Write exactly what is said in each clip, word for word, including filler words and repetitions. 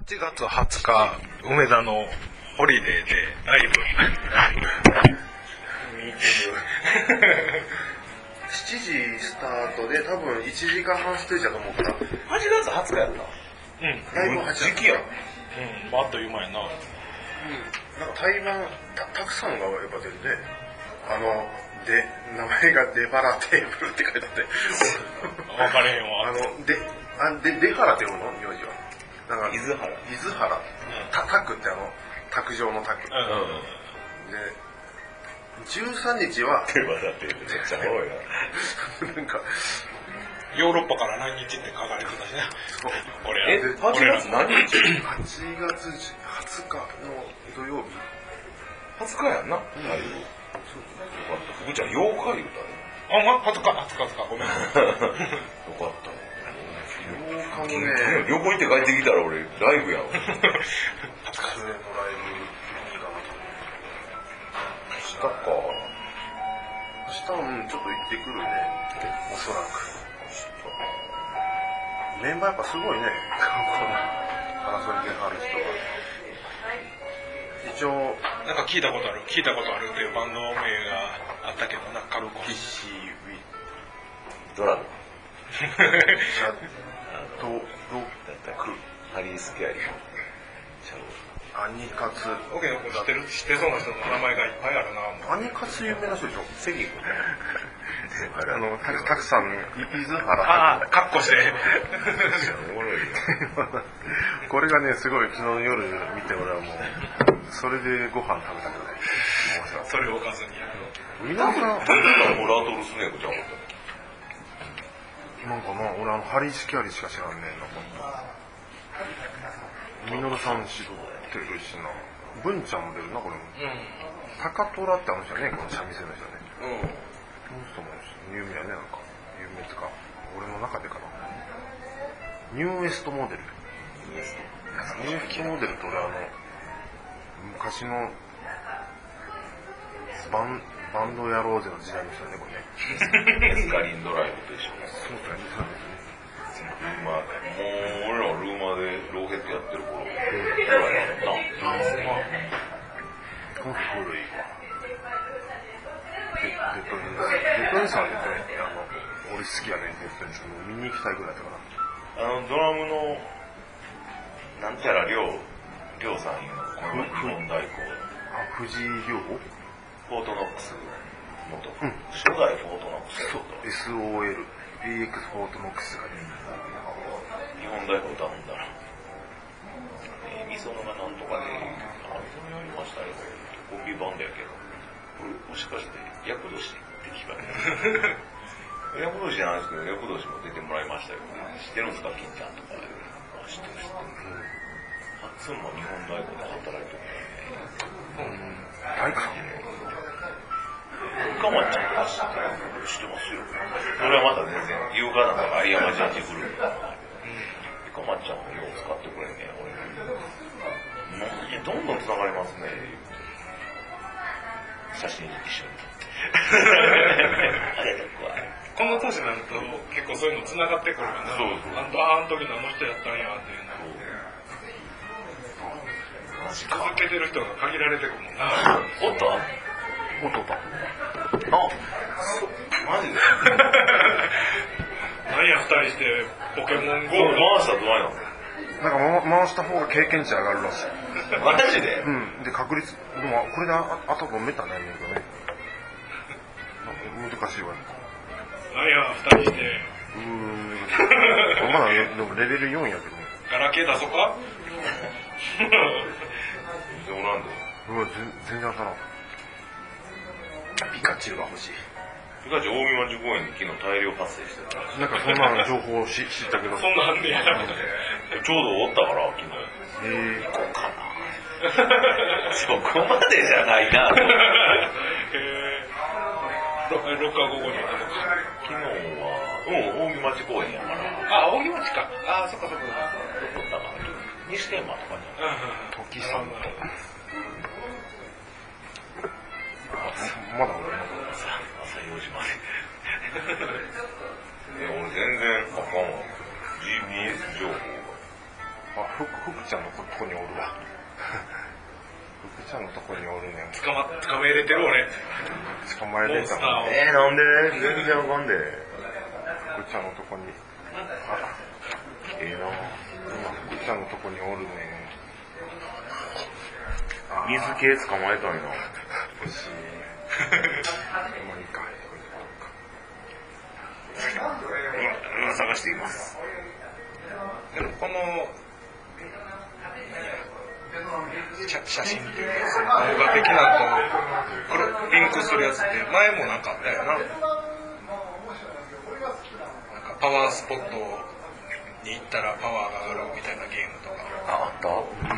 ちがつはつか、梅田のホリデーでライブ。 見てる。しちじスタートで多分いちじかんはんステージだと思うから。 はちがつはつかやった。 うん。 ライブはち時期や。 うん、あっという間やな。うん。 なんか対バン た, たくさんがやっぱ出るね。あので名前がデバラテーブルって書いてあって。 分かれへんわ。 あのであで出原って読むの名字は。なんか伊豆原。 伊豆原。たタクってあの卓上のタク。 うん。 でじゅうさんにちはデバラテーブルめっちゃおもろいな。 なんかヨーロッパから何日って書かれてたしね。 そう。 俺え、はちがつ何日？ はちがつはつかの土曜日。 はつかやんな。はい。よかった。福ちゃんようか言うたね。 あ、ま、はつか、はつか、はつか、ごめん。 よかった。 ようかもね。 旅行行って帰ってきたら俺ライブやわ。 それのライブいいかなと。 明日か。 明日うんちょっと行ってくるね。おそらく。メンバーやっぱすごいね。この争いである人は。一応なんか聞いたことある、聞いたことあるっていうバンド名があったけどな、軽く。 ピッシーウィドラム。 シャドロクハリースケアリー。 アニカツ。 オケの子知ってる、知ってそうな人の名前がいっぱいあるな。 アニカツ有名な人でしょ。 セギ君。 あのたたくさん伊豆原。 ああ、カッコして。 おもろいよ。 これがねすごい昨日夜見て俺はもうそれでご飯食べたくない。 それをおかずに。 皆さんホラートルスネークちゃうかった。 なんかな俺あのハリースキャリーしか知らんねえな。ミノルさん指導ってるしな。文ちゃんも出るなこれも。高虎ってあの人ねこの三味線の人ね。 うん。 この人も有名やねなんか有名ですか。俺の中でかな。ニューエストモデル。ニューエストモデルと俺あの昔のバンバンドやろうぜの時代の人ねこれね。 エスカリンドライブと一緒です。 そうだね。 ルーマーで。もう俺らはルーマーでローヘッドやってる頃ぐらいやったな。 この人古いわ。デッドエンデッドエンさんはデッドエンあの俺好きやねんデッドエンさん見に行きたいぐらいだから。 あのドラムのなんちゃらりょうりょうさんいうのこの日本大工あ藤井亮フォートノックス元、 うん、 初代フォートノックスそう エスオーエル エーエックス フォートノックスがね日本大工歌うんだら、えー、みそのがなんとかであみそのやりましたよコンビバンドやけどこれもしかして厄年って聞かれる厄年じゃないですけど厄年も出てもらいましたよ知ってるんですか金ちゃんとかで知ってる知ってる、うん、初も日本大工で働いてるからねうん大工かまちゃんとか知ってる知ってますよそれはまだ全然夕方なんか有山ジャージグループだからかまちゃんもよう使ってくれんね俺どんどん繋がりますね写真一緒にあれだ怖いこの年になると結構そういうの繋がってくるよな。 そうそう。 あんとあの時のあの人やったんやっていうのを続けてる人が限られてくるもんな。 おっと音だあマジで何や二人してポケモン ゴー回したらどうやなんか回した方が経験値上がるらしいマジでうんで確率でもこれでああとごメタないねんけどね難しいわね何や二人してうーんまだでもレベルよんやけどねガラケー出そうかでもなんでうわ全然当たらんピカチュウが欲しいピカチュウ大木町公園で昨日大量発生してたなんかそんな情報を知ったけどそんなんでやなちょうどおったから昨日へえ行こうかなそこまでじゃないなへえロッカーご号にあったのか昨日はうん大木町公園やからあ大木町かあそっかそっかどこだか西天満とかじゃん時さんとまだ俺朝よじまでいや俺全然あかんわ ジーピーエス 情報があ、福福ちゃんのとこにおるわ。福ちゃんのとこにおるねん。 捕ま捕まえれてる俺。 捕まえれたの。 えー、なんで全然わかんで。 福ちゃんのとこに。あ、ええな。今福ちゃんのとこにおるねん。 水系捕まえたいな。 欲しい。まあいいか。 今探しています。 でもこの写真っていうか動画的なとこれリンクするやつって前もなんかあったよな。なんかパワースポットに行ったらパワーが上がるみたいなゲームとか。 あ、あった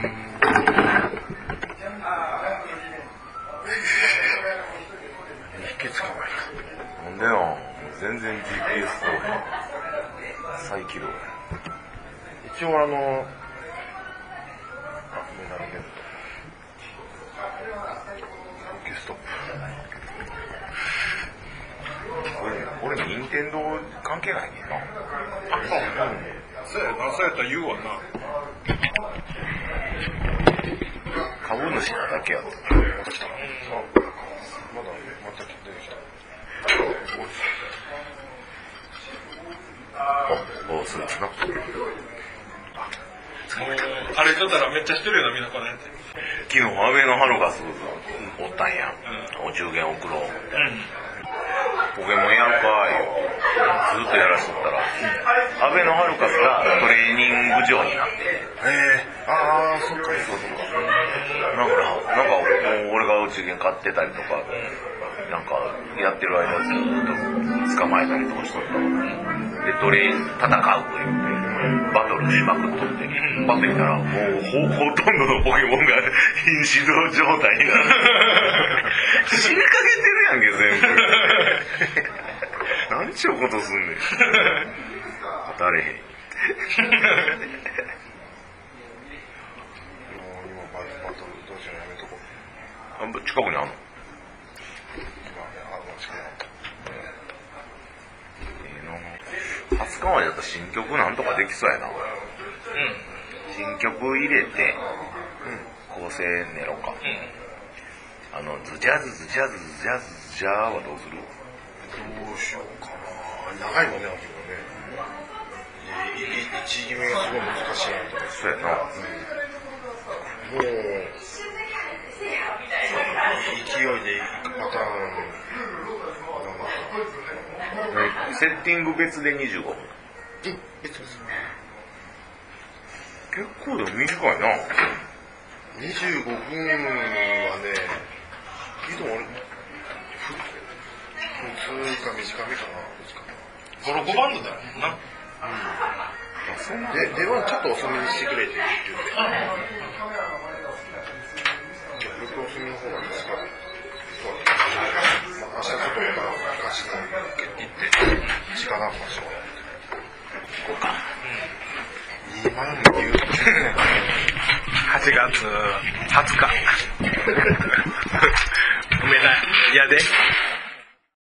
秘訣かな。 なんでよ。全然 ジーピーエス と再起動。 一応あの、あ、メダルゲット。オッケーストップ。 俺、俺、任天堂関係ないねんな。 あ、そう。そうやな、そうやったら言うわな。 株主だけやつ。 また来た。あ、まだ、また出てきた。 お、お、スーツな。 あれちょったらめっちゃしてるよな、みんなこのやつ。 昨日、アベノハルカスおったんや。うん、お中元送ろう。うん。ポケモンやるかーよ。ずっとやらしとったら、アベノハルカスがトレーニング場になって。 へえ、ああ、そっか、そっか、そっか。 なんか、なんか、もう俺がお中元買ってたりとか、なんか、やってる間ずっと捕まえたりとかしとった。で、トレー戦うと言って、バトルしまくっとって、バトル見たら、もうほ、ほとんどのポケモンが瀕死の状態になる。死にかけてるやんけ、全部。なんちゅうことすんねん。当たれへん。 今バトルどうしようやめとこう。 あ、近くにあんの？ 今、あの近くにあった。 初川だったら新曲なんとかできそうやな。うん。新曲入れて、うん、構成練ろうか。うん。あの、ズジャズズジャズズジャズズジャーはどうする？ どうしようかな。長いもんね、あけどね。一決めがすごい難しいなと思って。 そうやな。 もう、勢いでいくパターン。 セッティング別でにじゅうごふん。 え、別です。 結構でも短いな。 にじゅうごふんはね、いつも俺、普通か短めかな、どっちかな。 ゴロゴバンドだよな。 うん。で、ではちょっと遅めにしてくれって言って。僕遅めの方がですか。明日ちょっとまた貸しの行って時間なんかしよう行こうか。にまん言うてはちがつはつか梅田やで。